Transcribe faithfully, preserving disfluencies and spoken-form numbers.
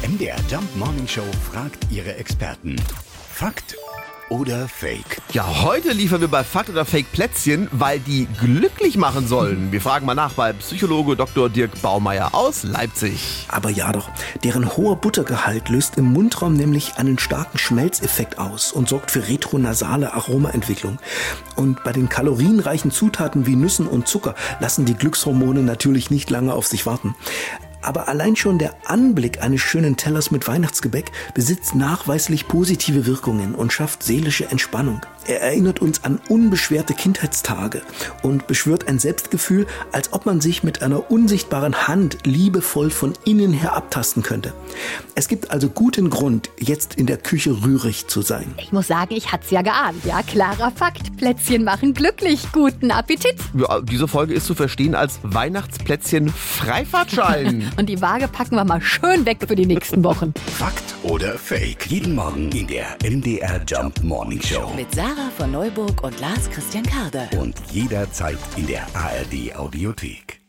M D R Jump Morning Show fragt ihre Experten. Fakt oder Fake? Ja, heute liefern wir bei Fakt oder Fake Plätzchen, weil die glücklich machen sollen. Wir fragen mal nach bei Psychologe Doktor Dirk Baumeier aus Leipzig. Aber ja doch, deren hoher Buttergehalt löst im Mundraum nämlich einen starken Schmelzeffekt aus und sorgt für retronasale Aromaentwicklung. Und bei den kalorienreichen Zutaten wie Nüssen und Zucker lassen die Glückshormone natürlich nicht lange auf sich warten. Aber allein schon der Anblick eines schönen Tellers mit Weihnachtsgebäck besitzt nachweislich positive Wirkungen und schafft seelische Entspannung. Er erinnert uns an unbeschwerte Kindheitstage und beschwört ein Selbstgefühl, als ob man sich mit einer unsichtbaren Hand liebevoll von innen her abtasten könnte. Es gibt also guten Grund, jetzt in der Küche rührig zu sein. Ich muss sagen, ich hat's ja geahnt. Ja, klarer Fakt. Plätzchen machen glücklich. Guten Appetit. Ja, diese Folge ist zu verstehen als Weihnachtsplätzchen Freifahrtschein. Und die Waage packen wir mal schön weg für die nächsten Wochen. Fakt oder Fake? Jeden Morgen in der M D R Jump Morning Show. Mit Sarah von Neuburg und Lars Christian Karde. Und jederzeit in der A R D Audiothek.